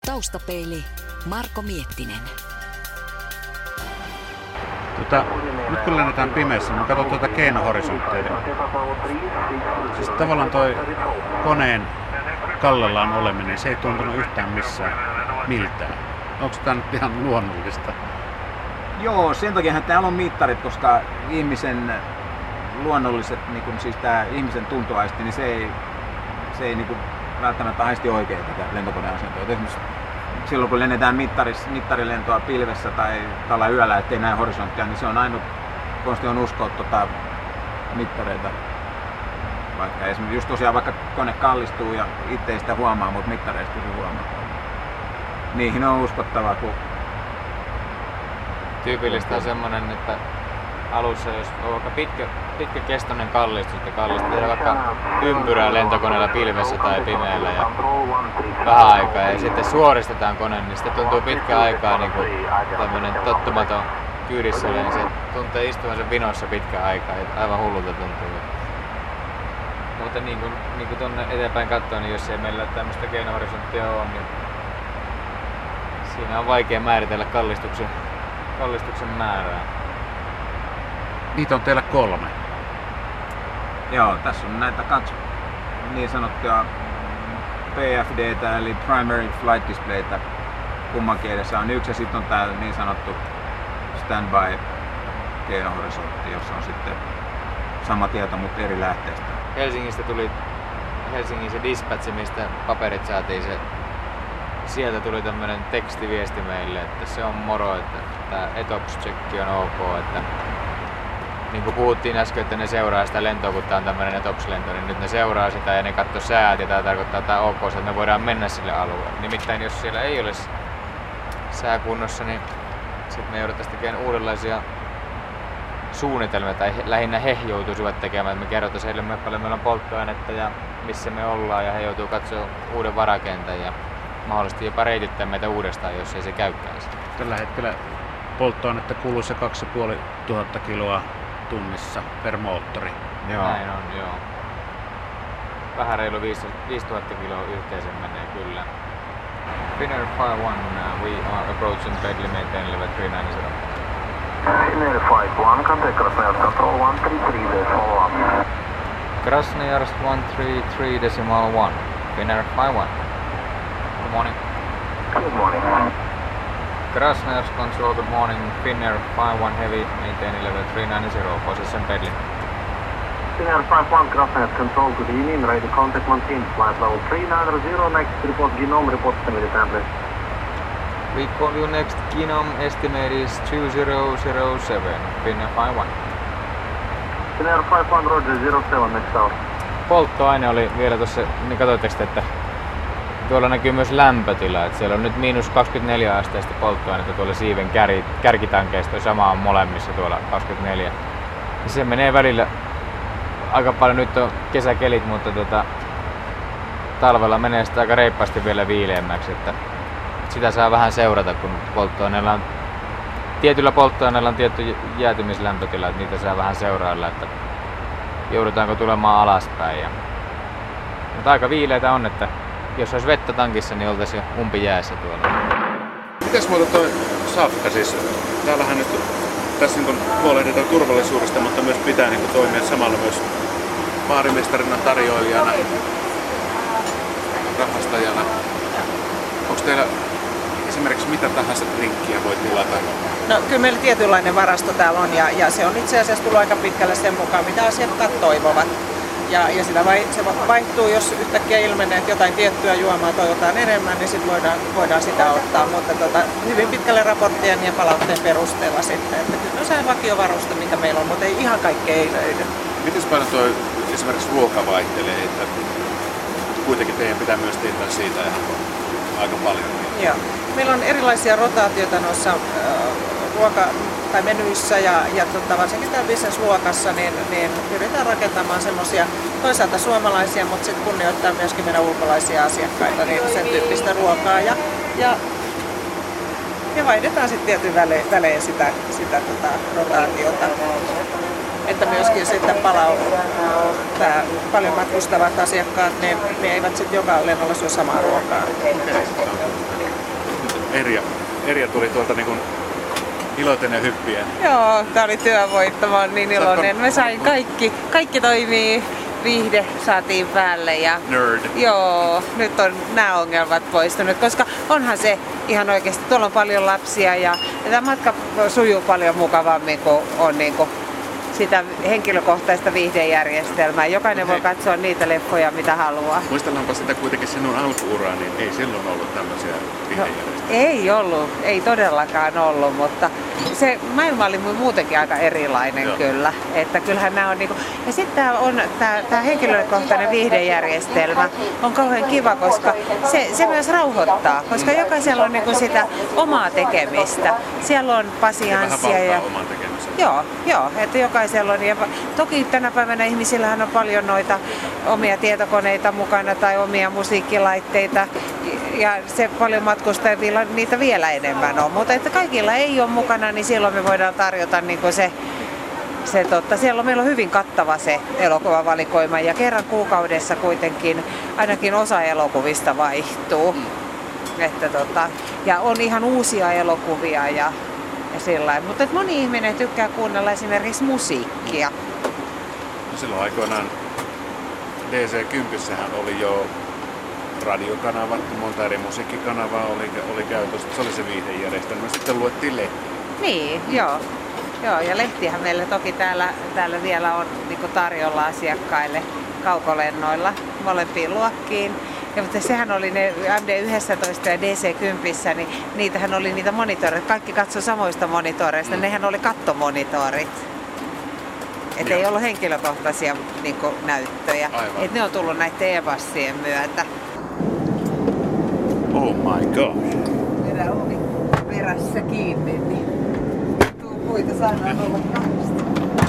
Taustapeili Marko Miettinen. Nyt kun lennetään pimeässä, niin katson tuota keinohorisontteja. Siis tavallaan toi koneen kallellaan oleminen, se ei tuntunut yhtään missään miltään. Onko tämä nyt ihan luonnollista? Joo, sen takia täällä on mittarit, koska ihmisen luonnolliset, niin kun, siis tämä ihmisen tuntoaisti, niin se ei niin kun, välttämättä aisti oikein tätä lentokoneasentoa. Esimerkiksi silloin kun lennetään mittarilentoa pilvessä tai tällä yöllä, ettei näe horisonttia, niin se on ainut konsti on uskoa mittareita. Vaikka esimerkiksi just tosiaan vaikka kone kallistuu ja itse ei sitä huomaa, mutta mittareista kyllä huomaa. Niihin on uskottavaa. Tyypillistä on semmoinen, että alussa jos on vaikka pitkäkestoinen kallistus, tehdään vaikka ympyrää lentokoneella pilvessä tai pimeällä ja vähän aikaa ja sitten suoristetaan kone, niin sitten tuntuu pitkä aikaa niin kuin tämmöinen tottumaton kyydissä, niin se tuntee istuvansa vinossa pitkä aikaa ja aivan hullulta tuntuu. Mutta niin kuin tuonne eteenpäin katsoo, niin jos ei meillä tämmöistä keinohorisonttia ole, niin siinä on vaikea määritellä kallistuksen määrää. Niitä on teillä 3. Joo, tässä on näitä kaksi niin sanottuja PFD:tä eli Primary Flight Displaytä. Kummankin edessä on yksi ja sitten on tää niin sanottu Standby keinohorisontti, jossa on sitten sama tieto, mutta eri lähteestä. Helsingistä tuli Helsingin se dispatchi, mistä paperit saatiin. Sieltä tuli tämmönen tekstiviesti meille, että se on moro, että tää ETOPS-checki on ok. Että niin kuin puhuttiin äsken, että ne seuraa sitä lentoa, kun tää on tämmönen ETOPS-lento, niin nyt ne seuraa sitä ja ne katsoo säät ja tää tarkoittaa tää ok, että me voidaan mennä sille alueelle. Nimittäin jos siellä ei ole sääkunnossa, niin sitten me jouduttaisiin tekemään uudenlaisia suunnitelmia, tai lähinnä he joutuisivat tekemään, että me kerrotaan heille, että paljon meillä on polttoainetta ja missä me ollaan, ja he joutuu katsoa uuden varakentän ja mahdollisesti jopa reitittää meitä uudestaan, jos ei se käykään. Tällä hetkellä polttoainetta kuluu se 2500 kiloa tunnissa per moottori. Joo. Näin on, joo. Vähän reilu 5000 kiloa yhteensä menee kyllä. Finnair 51, we are approaching bed limit and level 390. Finnair 51, contact Krasnoyarsk control 133.1. Krasnoyarsk 133.1. Finnair 51. Good morning. Good morning. Krasnoyarsk control, good morning. Finnair 51 heavy, maintain level 390, position bed limit. Finnair 51, Krasnoyarsk control, good evening. Ready contact maintain flight level 390. Next report Genome, report estimated time please. We call you next. Genome estimate is 2007. Finnair 51. Finnair 51, Roger 07, next out. Polttoaine oli vielä tuossa, niin katsoitteko te, että tuolla näkyy myös lämpötila, että siellä on nyt -24 asteista polttoainetta tuolla siiven kärkitankeista, ja sama on molemmissa tuolla 24. Ja se menee välillä aika paljon, nyt on kesäkelit, mutta talvella menee sitä aika reippaasti vielä viileämmäksi, että sitä saa vähän seurata, kun tietyllä polttoaineella on tietty jäätymislämpötila, että niitä saa vähän seurailla, että joudutaanko tulemaan alaspäin. Mutta aika viileitä on, että jos olisi vettä tankissa, niin oltaisiin jo umpijäässä tuolla. Mites muuta toi safka siis? Täällähän nyt tässä niin huolehditaan turvallisuudesta, mutta myös pitää niin toimia samalla myös baarimestarina, tarjoilijana, rahastajana. Onko teillä esimerkiksi mitä tahansa drinkkiä voi tilata? No kyllä meillä tietynlainen varasto täällä on ja se on itse asiassa tullut aika pitkälle sen mukaan, mitä asiakkaat toivovat. Ja se vaihtuu, jos yhtäkkiä ilmenee, että jotain tiettyä juomaa toivotaan enemmän, niin sitten voidaan sitä ottaa. Mutta hyvin pitkälle raporttien ja palautteen perusteella sitten. Että kyllä on se vakiovaruste, mikä meillä on, mutta ei ihan kaikkea ei löydy. Miten paljon tuo esimerkiksi ruoka vaihtelee? Että kuitenkin teidän pitää myös tietää siitä aika paljon. Joo. Meillä on erilaisia rotaatioita noissa tai menyissä ja varsinkin täällä business-luokassa niin pyritään rakentamaan semmoisia toisaalta suomalaisia, mutta sitten kunnioittaa myöskin meidän ulkolaisia asiakkaita, niin sen tyyppistä ruokaa ja vaihdetaan sitten tietyn välein sitä rotaatiota. Että myöskin sitten paljon matkustavat asiakkaat, niin eivät sitten joka lennolla syö samaa ruokaa. Erja tuli tuolta niin iloiten ja hyppien. Joo, tää oli työvoitto, mä oon niin iloinen. Mä sain kaikki toimii, viihde saatiin päälle ja Nerd. joo, nyt on nämä ongelmat poistunut, koska onhan se ihan oikeasti, tuolla on paljon lapsia ja tämä matka sujuu paljon mukavammin, kun on niinku sitä henkilökohtaista viihdejärjestelmää. Jokainen voi katsoa niitä leffoja, mitä haluaa. Muistellaanpa sitä kuitenkin sinun alku-uraa, niin ei silloin ollut tämmöisiä viihdejärjestelmiä. Ei ollut, ei todellakaan ollut, mutta se maailma oli muutenkin aika erilainen. Joo. Kyllä. Että kyllähän nämä on niinku, ja sitten tää henkilökohtainen viihdejärjestelmä on kauhean kiva, koska se myös rauhoittaa, koska jokaisella on niinku sitä omaa tekemistä. Siellä on pasianssia ja omaa tekemistä. Joo, että jokaisella on. Ja toki tänä päivänä ihmisillähän on paljon noita omia tietokoneita mukana tai omia musiikkilaitteita. Ja se paljon matkustajilla niitä vielä enemmän on. Mutta että kaikilla ei ole mukana, niin silloin me voidaan tarjota niin kuin siellä meillä on hyvin kattava se elokuvavalikoima. Ja kerran kuukaudessa kuitenkin ainakin osa elokuvista vaihtuu. Että ja on ihan uusia elokuvia ja sillain. Mutta moni ihminen tykkää kuunnella esimerkiksi musiikkia. No silloin aikoinaan DC-10 oli jo radiokanavat, monta eri musiikkikanavaa oli käytössä. Se oli se viihdejärjestelmä. Sitten luettiin lehtiä. Niin, joo, ja lehtiähän meillä toki täällä vielä on niin tarjolla asiakkaille kaukolennoilla molempiin luokkiin. Ja, mutta sehän oli ne MD11 ja DC10, niin niitähän oli niitä monitoreita. Kaikki katsoi samoista monitoreista, nehän oli kattomonitorit. Että ei ollut henkilökohtaisia niin näyttöjä. Et ne on tullut näiden e-passien myötä. Oh my god. Vedä ovi perässä kiinni, niin puita saadaan olla kahdesta.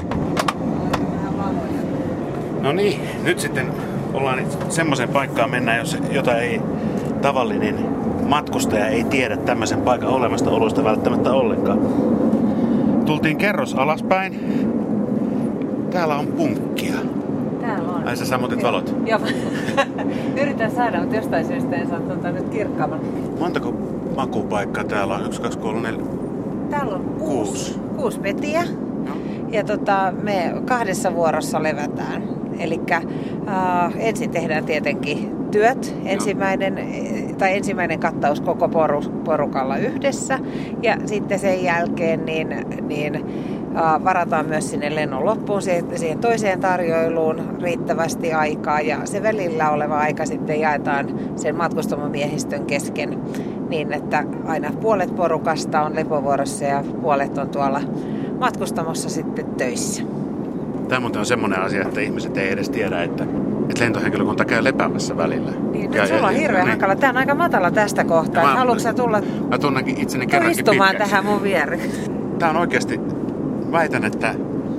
No niin, nyt sitten ollaan semmoiseen paikkaan mennään, jota ei tavallinen matkustaja ei tiedä tämmöisen paikan olemasta olosta välttämättä ollenkaan. Tultiin kerros alaspäin. Täällä on punkkia. Täällä on. Ai sä sammutit valot? Joo. Yritän saada, mutta jostain syystä en saa nyt kirkkaamman. Montako makupaikkaa täällä on? 1, 2, 3, 4? Täällä on 6 petiä. Ja me 2 vuorossa levätään. Elikkä ensin tehdään tietenkin työt, ensimmäinen kattaus koko porukalla yhdessä ja sitten sen jälkeen niin varataan myös sinne lennon loppuun siihen toiseen tarjoiluun riittävästi aikaa ja se välillä oleva aika sitten jaetaan sen matkustamomiehistön kesken niin, että aina puolet porukasta on lepovuorossa ja puolet on tuolla matkustamossa sitten töissä. Tämä muuten on semmoinen asia, että ihmiset ei edes tiedä, että lentohenkilökunta käy lepäämässä välillä. Niin, nyt sulla on hirveän hankala. Tämä on aika matala tästä kohtaa. Haluatko sä tulla mä tunnenkin itseni kerrankin istumaan tähän mun viereen? Tämä on oikeasti, väitän, että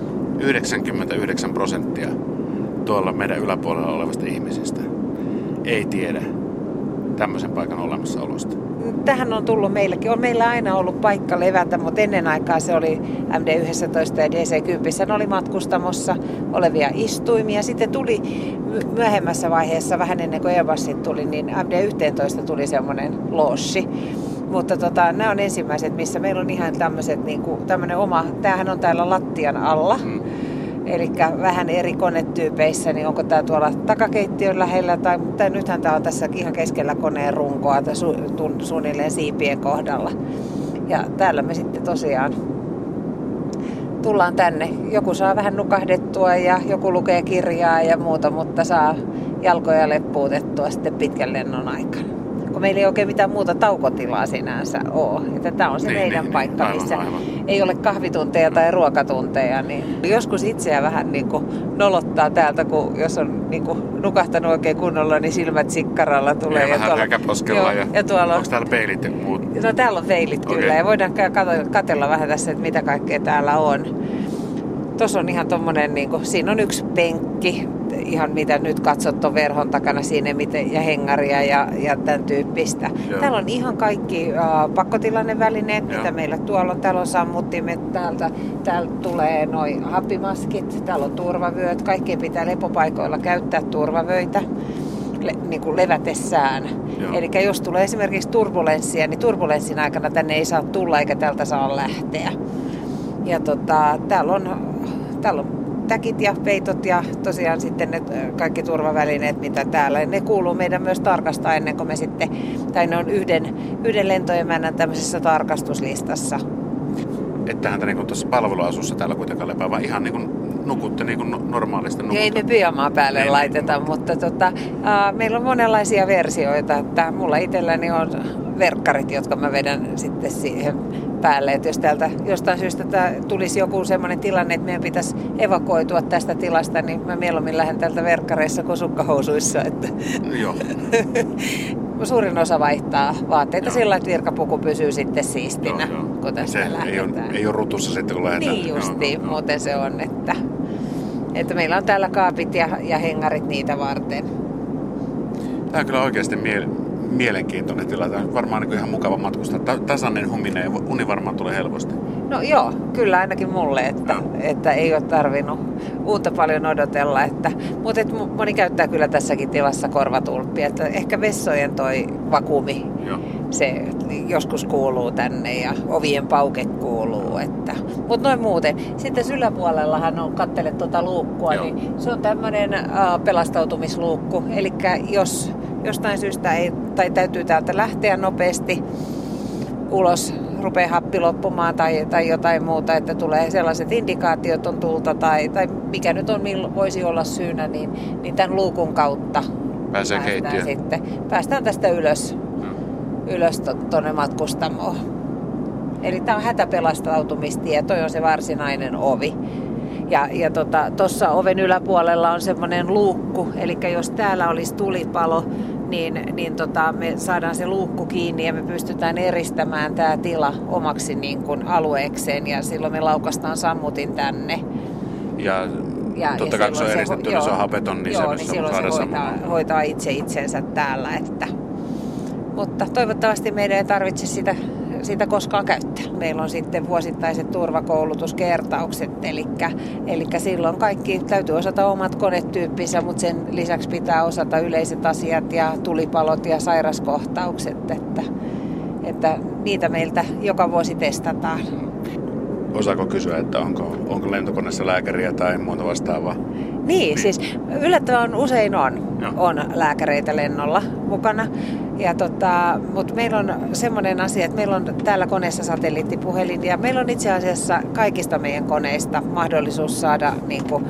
99% tuolla meidän yläpuolella olevasta ihmisistä ei tiedä tämmöisen paikan olemassaolosta. Tähän on tullut meilläkin. On meillä aina ollut paikka levätä, mutta ennen aikaa se oli MD11 ja DC10. Ne oli matkustamossa olevia istuimia. Sitten tuli myöhemmässä vaiheessa, vähän ennen kuin Airbusit tuli, niin MD11 tuli semmoinen loossi. Mutta nämä on ensimmäiset, missä meillä on ihan tämmöinen oma, tämähän on täällä lattian alla. Eli vähän eri konetyypeissä, niin onko tämä tuolla takakeittiön lähellä tai nythän tämä on tässä ihan keskellä koneen runkoa tai suunnilleen siipien kohdalla. Ja täällä me sitten tosiaan tullaan tänne. Joku saa vähän nukahdettua ja joku lukee kirjaa ja muuta, mutta saa jalkoja leppuutettua sitten pitkän lennon aikana. Kun meillä ei oikein mitään muuta taukotilaa sinänsä ole. Että tämä on se meidän paikka, missä ei ole kahvitunteja tai ruokatunteja. Niin joskus itseä vähän niin kuin nolottaa täältä, kun jos on niin kuin nukahtanut oikein kunnolla, niin silmät sikkaralla tulee. Ja vähän räkäposkella. Ja tuolla onko täällä peilit ja muut? No täällä on peilit kyllä ja voidaan katsella vähän tässä, että mitä kaikkea täällä on. Tuossa on ihan tommonen, siinä on yksi penkki, ihan mitä nyt katsot on verhon takana siinä ja hengaria ja tämän tyyppistä. Joo. Täällä on ihan kaikki pakkotilannevälineet, mitä meillä tuolla on. Täällä on sammuttimet, täältä tulee noi happimaskit, täällä on turvavyöt. Kaikkien pitää lepopaikoilla käyttää turvavöitä. niin kuin levätessään. Eli jos tulee esimerkiksi turbulenssia, niin turbulenssin aikana tänne ei saa tulla eikä tältä saa lähteä. Ja täällä on täkit ja peitot ja tosiaan sitten ne kaikki turvavälineet, mitä täällä. Ne kuuluu meidän myös tarkastaa ennen kuin me sitten, tai ne on yhden lentoemännän tämmöisessä tarkastuslistassa. Ettehän te niin tuossa palveluasussa täällä kuitenkaan lepää, vaan ihan niin kuin nukutte niin kuin normaalisti nukutte. Ei ne pyjamaa päälle laiteta, mutta meillä on monenlaisia versioita. Että mulla itselläni on verkkarit, jotka mä vedän sitten siihen päälle. Että jos täältä jostain syystä tulisi joku semmoinen tilanne, että meidän pitäisi evakuoitua tästä tilasta, niin mä mieluummin lähden täältä verkkareissa kuin sukkahousuissa. Että Joo. Suurin osa vaihtaa vaatteita sillä, että virkapuku pysyy sitten siistinä, kun tästä lähdetään. Ei ole rutussa sitten, kun lähdetään. Niin justiin, muuten se on, että meillä on täällä kaapit ja hengarit niitä varten. Tämä on kyllä oikeasti mielenkiintoinen tila. Tämä on varmaan niin ihan mukava matkustaa. Tasainen huminen ja uni varmaan tulee helposti. No joo, kyllä ainakin mulle, että ei ole tarvinnut uutta paljon odotella. Mutta moni käyttää kyllä tässäkin tilassa korvatulppia. Että ehkä vessojen toi vakuumi, se joskus kuuluu tänne ja ovien pauke kuuluu. Mutta noin muuten. Sitten yläpuolellahan on, katsele tuota luukkua, niin se on tämmöinen pelastautumisluukku. Eli jos jostain syystä täytyy täältä lähteä nopeasti ulos, rupeaa happi loppumaan tai jotain muuta, että tulee sellaiset indikaatiot on tulta tai mikä nyt on, voisi olla syynä, niin tämän luukun kautta päästään tästä ylös tuonne matkustamoon. Eli tämä on hätäpelastautumistie, toi on se varsinainen ovi. Ja tuossa oven yläpuolella on semmoinen luukku, eli jos täällä olisi tulipalo, niin me saadaan se luukku kiinni ja me pystytään eristämään tämä tila omaksi niin kuin alueekseen ja silloin me laukaistaan sammutin tänne. Ja totta kai kun se on eristetty, niin se on hapeton, niin se silloin saada se hoitaa itsensä täällä. Mutta toivottavasti meidän ei tarvitse sitä koskaan käyttää. Meillä on sitten vuosittaiset turvakoulutuskertaukset, eli silloin kaikki täytyy osata omat konetyyppinsä, mutta sen lisäksi pitää osata yleiset asiat ja tulipalot ja sairaskohtaukset, että niitä meiltä joka vuosi testataan. Osaako kysyä, että onko lentokoneessa lääkäriä tai muuta vastaavaa? Niin, siis yllättävän usein on lääkäreitä lennolla mukana. Mutta meillä on semmoinen asia, että meillä on täällä koneessa satelliittipuhelin ja meillä on itse asiassa kaikista meidän koneista mahdollisuus saada niinku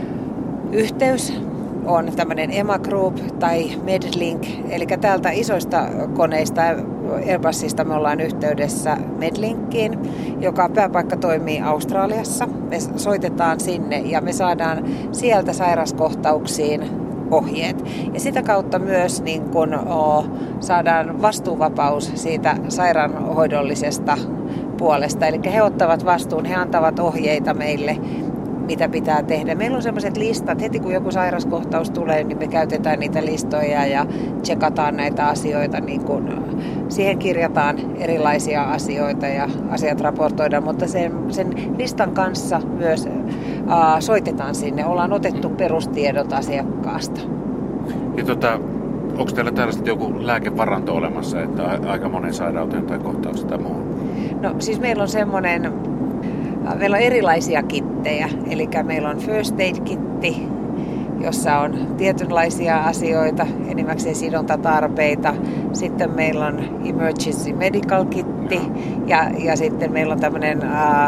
yhteys. On tämmöinen EMA Group tai Medlink, eli täältä isoista koneista Airbusista me ollaan yhteydessä Medlinkiin, joka pääpaikka toimii Australiassa. Me soitetaan sinne ja me saadaan sieltä sairaskohtauksiin ohjeet. Ja sitä kautta myös niin kun, saadaan vastuuvapaus siitä sairaanhoidollisesta puolesta. Eli he ottavat vastuun, he antavat ohjeita meille, mitä pitää tehdä. Meillä on sellaiset listat, heti kun joku sairaskohtaus tulee, niin me käytetään niitä listoja ja tsekataan näitä asioita. Niin kun, siihen kirjataan erilaisia asioita ja asiat raportoidaan, mutta sen listan kanssa myös soitetaan sinne. Ollaan otettu perustiedot asiakkaasta. Ja onko teillä täällä sitten joku lääkevaranto olemassa, että aika monen sairauteen tai kohtaukseen tai muuhun? No siis meillä on erilaisia kittejä, eli meillä on first aid-kitti, jossa on tietynlaisia asioita, enimmäkseen sidontatarpeita. Sitten meillä on emergency medical kitti ja sitten meillä on tämmöinen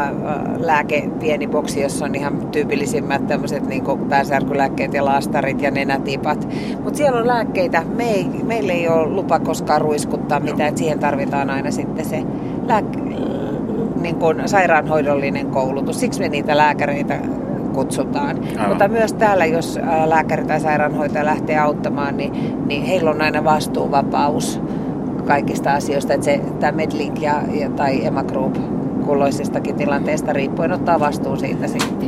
pieni boksi, jossa on ihan tyypillisimmät tämmöiset niin kuin päänsärkylääkkeet ja laastarit ja nenätipat. Mutta siellä on lääkkeitä. Meillä ei ole lupa koskaan ruiskuttaa mitään, että siihen tarvitaan aina sitten se niin kuin sairaanhoidollinen koulutus. Siksi me niitä lääkäreitä kutsutaan. Aivan. Mutta myös täällä, jos lääkäri tai sairaanhoitaja lähtee auttamaan, niin heillä on aina vastuuvapaus kaikista asioista. Että tämä Medlink tai EMA Group kulloisestakin tilanteesta riippuen ottaa vastuun siitä sitten.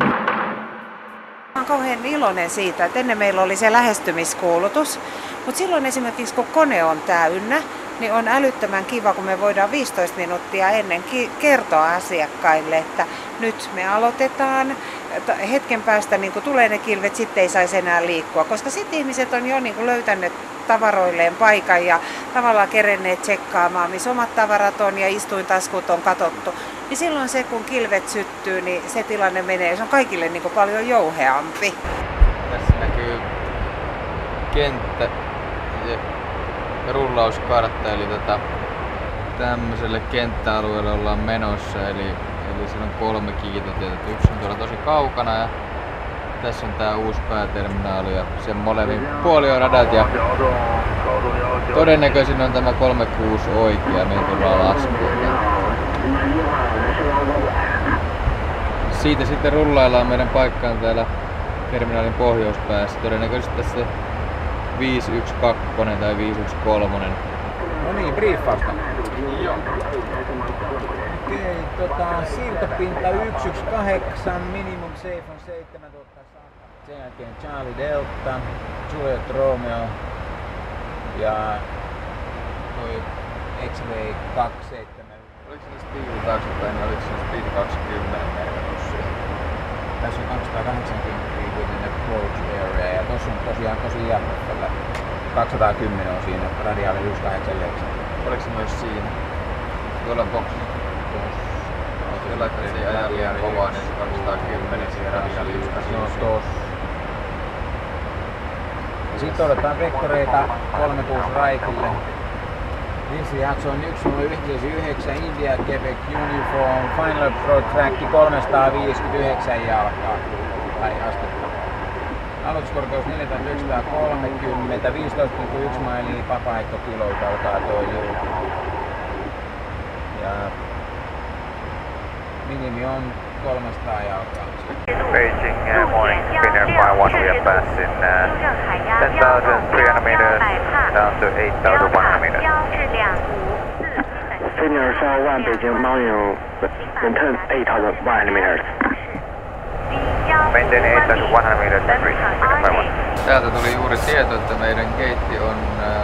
Olen kauhean iloinen siitä, että ennen meillä oli se lähestymiskuulutus, mutta silloin esimerkiksi kun kone on täynnä, niin on älyttömän kiva, kun me voidaan 15 minuuttia ennen kertoa asiakkaille, että nyt me aloitetaan. Hetken päästä niin kun tulee ne kilvet, sitten ei saisi enää liikkua, koska sitten ihmiset on jo niin kun löytänyt tavaroilleen paikan ja tavallaan kerenneet tsekkaamaan, missä omat tavarat on ja istuintaskut on katsottu. Niin silloin se, kun kilvet syttyy, niin se tilanne menee, se on kaikille niin kun paljon jouheampi. Tässä näkyy kenttä ja rullauskartta, eli tämmöiselle kenttäalueelle ollaan menossa, eli siinä on 3 kiitotietä. Yksi on tuolla tosi kaukana ja tässä on tää uusi pääterminaali ja sen molemmin puoli on radat ja todennäköisin on tämä 36 oikea, meidän tullaan laskuun. Siitä sitten rullaillaan meidän paikkaan täällä terminaalin pohjoispäässä. Todennäköisesti tässä 512 tai 513. No niin, briefausta. Joo. Okei, siirtopinta 118, minimum safe on 7100. Sen jälkeen Charlie Delta, Juliet Romeo ja toi X-Ray 27. Oliko se speed taaksepäin, niin oliko se speed 20 merkitys? Tässä on 280 within approach area ja tossa on tosiaan tosi jännä. 210 on siinä radiaali 189. Oliko se myös siinä? Tuolla boksissa. Jos laittaa se ajaa liian kovaa, niin se 210 siihen radiaali 189. No tossa. Sitten odotetaan vektoreita 36 raitille. Ensi jakso on 1099 India Quebec Uniform Final Pro Track 359 jalkaa tai astetta. Aloituskorkeus 4930, 15,1 mailia papaheittokiloita alkaa tuo julku. Ja minimi on 300 jalkaa. Beijing morning, Finnair 51, we are passing 10,300 meters down to 8,100 meters. Finnair 51, Beijing morning, maintain 8,100 meters. Maintain 8,100 meters and reach Finnair 51. Täältä tuli juuri tieto, että meidän geitti on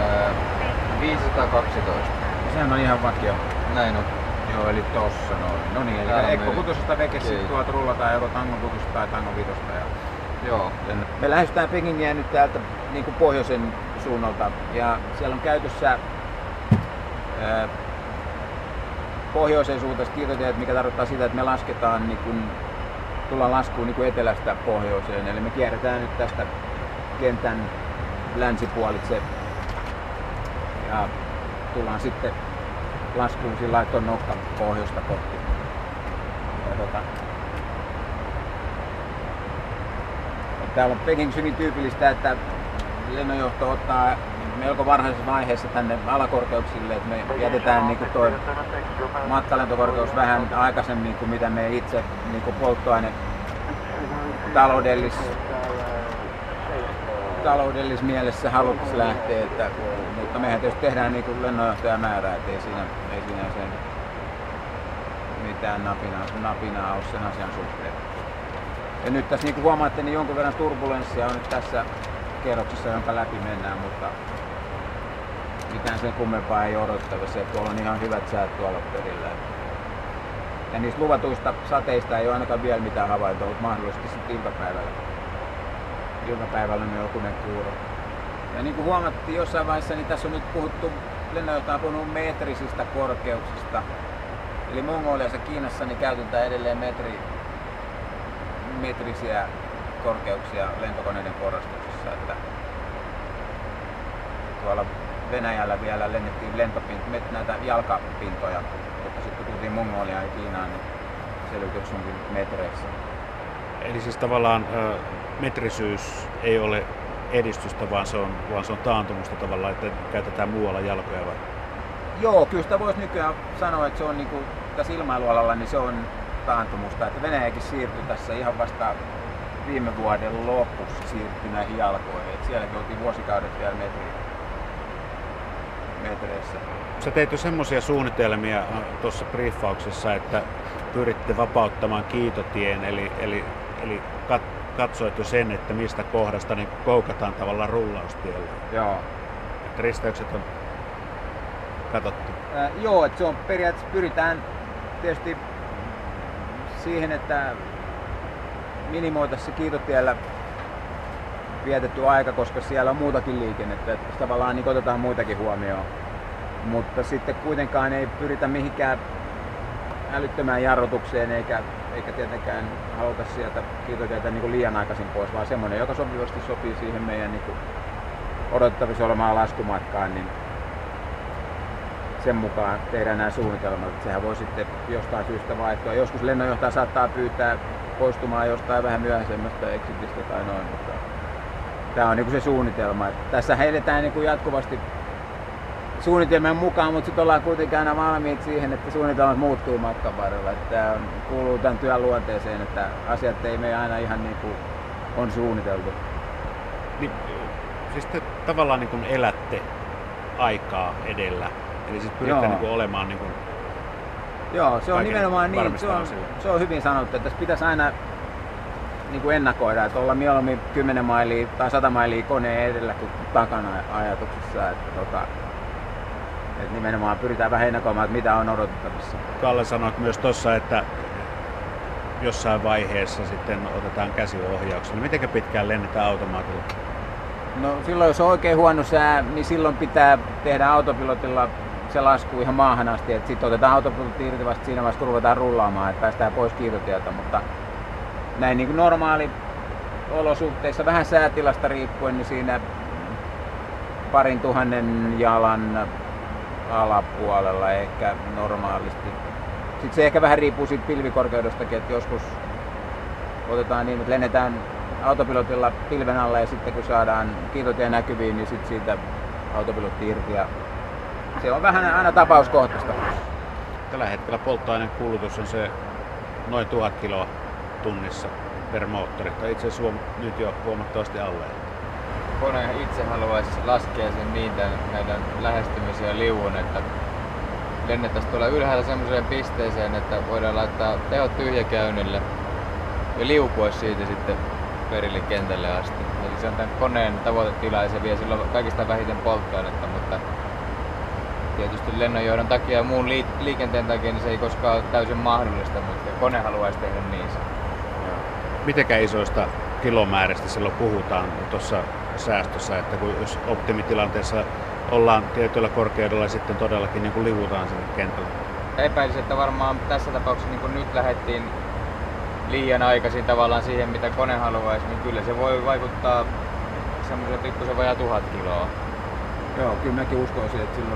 512. Sehän on ihan vakio. Näin on. Joo, eli tossa noin. No niin, eli Ekko Kutosesta vekesi tuolta rullataan joko Tango Kutosta tai Tango Vitosta. Joo. Me lähestytään Pekingiä nyt täältä niin kuin pohjoisen suunnalta ja siellä on käytössä pohjoisen suuntaiset kiitotiet, mikä tarkoittaa sitä, että me lasketaan niin kuin, tullaan laskuun niin kuin etelästä pohjoiseen. Eli me kierretään nyt tästä kentän länsipuolitse ja tullaan sitten laskuun sillä lailla, että on nokka pohjoista kohti. Täällä on Peking hyvin tyypillistä, että lennonjohto ottaa melko varhaisessa vaiheessa tänne alakorkeuksille, että me jätetään niin tuo matkalentokorkeus vähän aikaisemmin kuin mitä me itse niin polttoaine taloudellis mielessä haluttaisiin lähteä, mutta mehän tietysti tehdään niin kuin lennonjohtaja määrää, ettei siinä sen mitään napinaa ole sen asian suhteen. Ja nyt tässä niin kuin huomaatte, niin jonkun verran turbulenssia on nyt tässä kerroksessa, jonka läpi mennään, mutta mitään sen kummempaa ei odottavissa. Tuolla on ihan hyvät säät tuolla perillä. Ja niistä luvatuista sateista ei ole ainakaan vielä mitään havaintoa, mutta mahdollisesti sitten iltapäivällä. Iltapäivällä on jokunen kuuro. Ja niin kuin huomattiin jossain vaiheessa, niin tässä on nyt puhuttu, lennonjohtaja on puhunut metrisistä korkeuksista. Eli Mongoliassa ja Kiinassa niin käytetään edelleen metrisiä korkeuksia lentokoneiden porrastuksessa. Että tuolla Venäjällä vielä lennettiin näitä jalkapintoja, mutta sitten kun tultiin Mongoliaan ja Kiinaan, niin selvitys onkin metreissä. Eli siis tavallaan metrisyys ei ole edistystä, vaan se on taantumusta tavallaan, että käytetään muualla jalkoja vai? Joo, kyllä sitä voisi nykyään sanoa, että se on niin kuin, tässä ilmailualalla niin se on taantumusta. Että Venäjäkin siirtyi tässä ihan vasta viime vuoden lopussa siirtyi näihin jalkoihin. Että sielläkin oltiin vuosikaudet vielä metreissä. Sä teit jo semmoisia suunnitelmia tuossa briefauksessa, että pyritte vapauttamaan kiitotien, eli katsoit jo sen, että mistä kohdasta niin koukataan tavallaan rullaustielle. Joo. Että risteykset on katsottu? Joo, että se on periaatteessa pyritään tietysti siihen, että minimoitaisiin se Kiitotiellä vietetty aika, koska siellä on muutakin liikennettä, että tavallaan niin otetaan muitakin huomioon. Mutta sitten kuitenkaan ei pyritä mihinkään älyttömään jarrutukseen eikä tietenkään haluta sieltä Kiitotietä niin liian aikaisin pois, vaan semmoinen, joka sopivasti sopii siihen meidän niin odotettavissa olemaan laskumatkaan, niin sen mukaan tehdään nämä suunnitelmat. Että sehän voi sitten jostain syystä vaihtua. Joskus lennonjohtaja saattaa pyytää poistumaan jostain vähän myöhäisemmästä exitistä tai noin, mutta tämä on niin se suunnitelma. Että tässä heitetään niin jatkuvasti suunnitelmien mukaan, mutta sitten ollaan kuitenkin aina valmiit siihen, että suunnitelmat muuttuu matkan varrella. Että tämä kuuluu tämän työn luonteeseen, että asiat ei mene aina ihan niin kuin on suunniteltu. Niin, siis te tavallaan niin kuin elätte aikaa edellä. Eli siis pyritään niin kuin olemaan niin kuin joo, se on nimenomaan niin. Se on hyvin sanottu, että tässä pitäisi aina niin kuin ennakoida, että olla mieluummin 10 mailia tai 100 mailia koneen edellä kuin takana ajatuksessa. Että nimenomaan pyritään vähän ennakoimaan, että mitä on odotettavissa. Kalle sanoit myös tuossa, että jossain vaiheessa sitten otetaan käsiohjauksella. Miten pitkään lennetään automaatilla? No silloin, jos on oikein huono sää, niin silloin pitää tehdä autopilotilla se lasku ihan maahan asti. Sitten otetaan autopilotti irti vasta siinä vaiheessa, kun ruvetaan rullaamaan, että päästään pois Kiitotieltä. Mutta näin niin kuin normaali olosuhteissa, vähän säätilasta riippuen, niin siinä 2,000 jalan alapuolella ehkä normaalisti. Sitten se ehkä vähän riippuu siitä pilvikorkeudestakin, että joskus otetaan niin, että lennetään autopilotilla pilven alla ja sitten kun saadaan Kiitotie näkyviin, niin sitten siitä autopilotti irti. Ja se on vähän aina tapauskohtaista. Tällä hetkellä polttoaineen kulutus on se noin 1000 kiloa tunnissa per moottori. Tai itse asiassa nyt jo huomattavasti alle. Kone itse haluaisi laskea sen niin tämän meidän lähestymisen ja liuun, että lennettäisiin tuolla ylhäällä semmoiseen pisteeseen, että voidaan laittaa tehot tyhjäkäynnille ja liukua siitä sitten perille kentälle asti. Eli se on tämän koneen tavoitetila ja se vie silloin kaikista vähiten polttoainetta, mutta tietysti lennonjohdon takia ja muun liikenteen takia niin se ei koskaan ole täysin mahdollista, mutta kone haluaisi tehdä niin. Mitenkä isoista kilomääristä silloin puhutaan tuossa säästössä, että kun jos optimitilanteessa ollaan tietyllä korkeudella ja sitten todellakin niin kuin liuutaan sinne kentälle? Epäilisin, että varmaan tässä tapauksessa niin kun nyt lähdettiin liian aikaisin tavallaan siihen, mitä kone haluaisi, niin kyllä se voi vaikuttaa semmoisen pikkusen vajaa 1000 kiloa. Joo, kyllä mäkin uskoisin, että silloin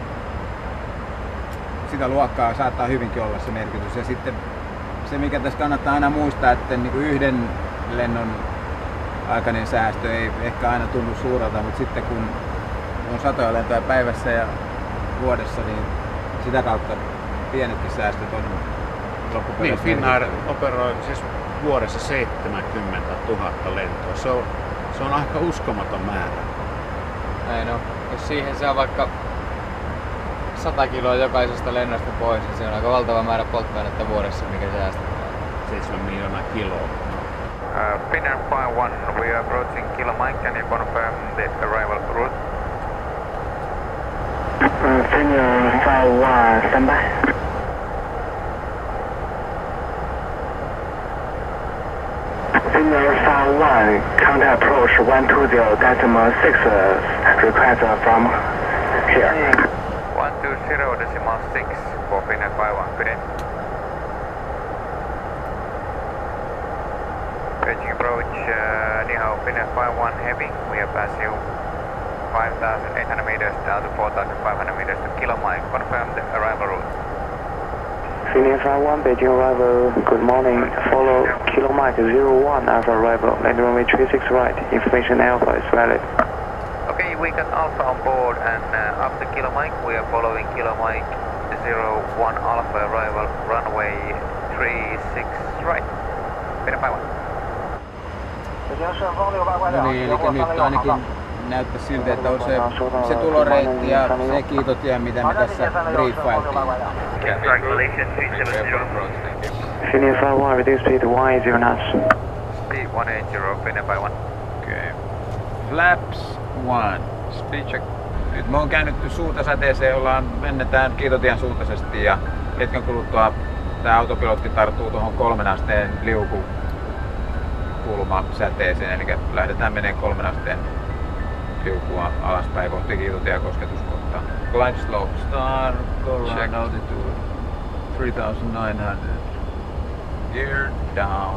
sitä luokkaa saattaa hyvinkin olla se merkitys. Ja sitten se, mikä tässä kannattaa aina muistaa, että niin kuin yhden lennon aikainen säästö ei ehkä aina tunnu suurelta, mutta sitten kun on satoja lentoja päivässä ja vuodessa, niin sitä kautta pienetkin säästöt on loppupeleissä. Niin, Finnair operoi siis vuodessa 70 000 lentoa. Se on aika uskomaton määrä. Näin on. Jos siihen saa vaikka 100 kiloa jokaisesta lennosta pois, niin se on aika valtava määrä polttoainetta vuodessa, mikä säästetään. 7 miljoonaa kiloa. Finnair 51, we are approaching Kilomine. Can you confirm the arrival route? Finnair 51, stand by. Finnair 51, contact approach 120.6, request from here. 120.6 for Finnair 51, good day. Beijing approach, Ni Hao, Finnair 51 heavy, we are passing 5,800 meters down to 4,500 meters to Kilomine. Confirm the arrival route. Finnair 51, Beijing arrival, good morning. Follow Kilomine 01 after arrival. Landing runway 36 right, information Alpha is valid. Okay, we got Alpha on board and after Kilomine we are following Kilomine 01 Alpha arrival, runway 36 right. Finnair 51. No niin, eli nyt ainakin näyttää siltä, että on se tuloreitti ja se Kiitotie, mitä me tässä briefailtiin. Finnair 51, reduce speed to 180 knots. Speed 180, Finnair 51. Okay. Flaps 1. Speed check. Nyt me on käännytty suuntasäteeseen, lennetään Kiitotien suuntaisesti ja hetken kuluttua tämä autopilotti tarttuu tuohon 3 asteen liukukulmasäteeseen, eli lähdetään menemään 3 asteen liukua alaspäin kohti Kiitotia kosketuskohtaa. Climb slope start, go around altitude 3900. Gear down.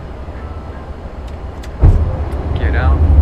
Gear down.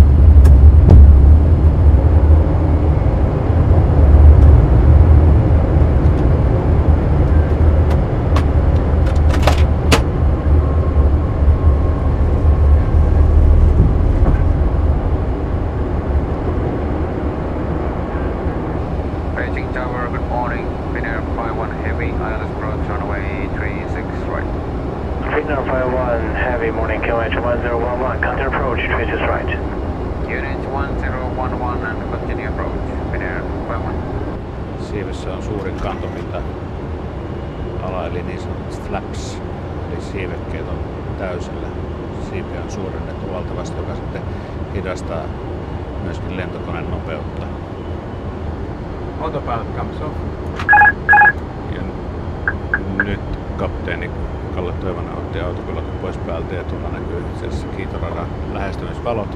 Siivessä on suurin kantopinta ala, eli niin sanotut flaps, eli siivekkeet on täysillä. Siipiä on suurennettu valtavasti, joka sitten hidastaa myöskin lentokoneen nopeutta. Autopilot comes off. Ja nyt kapteeni Kalle Toivonen otti autopilotin pois päältä ja tuolla näkyy itse asiassa Kiitoradan lähestymisvalot.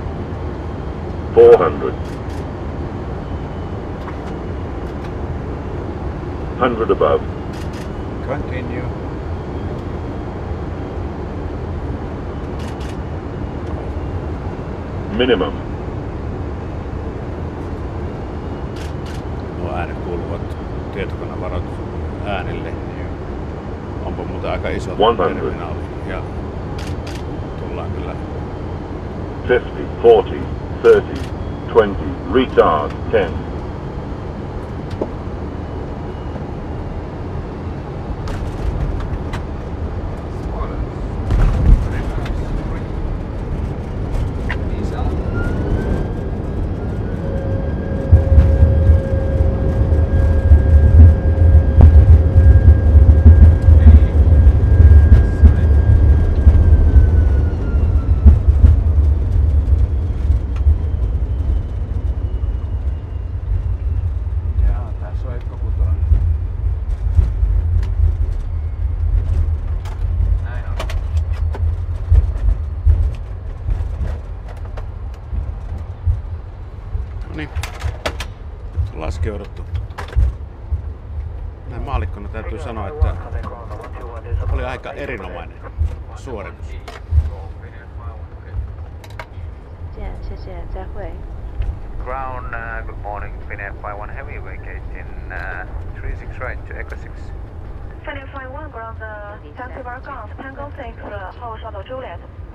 400. 100 above. Continue. Minimum. Nuo äänet kuuluvat tietokonevaroitus äänille. Onpa muuten aika iso 100. terminaali ja tullaan kyllä 50, 40, 30, 20, retard, 10. laskeuduttu. Näin maallikkona täytyy sanoa, että oli aika erinomainen suoritus. Ground, good morning, Finnair 51 Heavy vacate in 36 right to Echo 6. Finnair 51 ground, taxi Vargas, Tango 6, hold shuttle Juliet.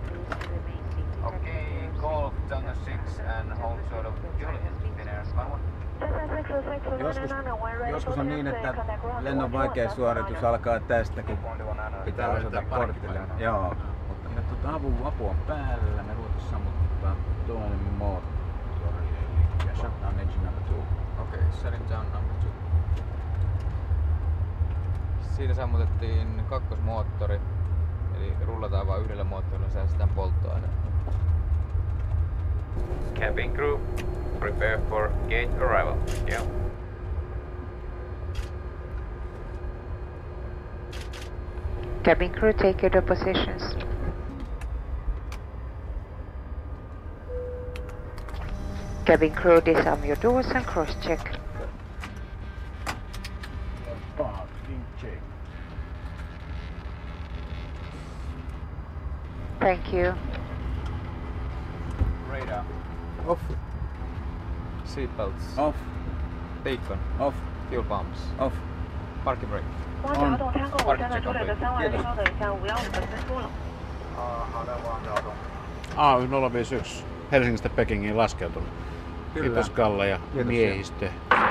Okay, Golf Tango 6 and hold shuttle Juliet, Finnair 51. Joskus on niin, että lennon vaikea suoritus alkaa tästä, kun pitää osata kortille. Joo, mutta nyt apu on päällä, me ruvetaan sammuttaa toinen moottori, eli shutdown engine number 2. Okei, shutting down number 2. Siinä sammutettiin kakkosmoottori, eli rullataan vain yhdellä moottorilla, säästetään polttoainetta. Cabin crew, prepare for gate arrival. Yeah. Cabin crew, take your positions. Cabin crew, disarm your doors and cross-check. Thank you. Radar. Off. Seatbelts. Off. Beacon. Off. Fuel pumps. Off. Parking brake. On. AY051 Helsingistä Pekingiin laskeutunut. Kiitos Kalle ja miehistö.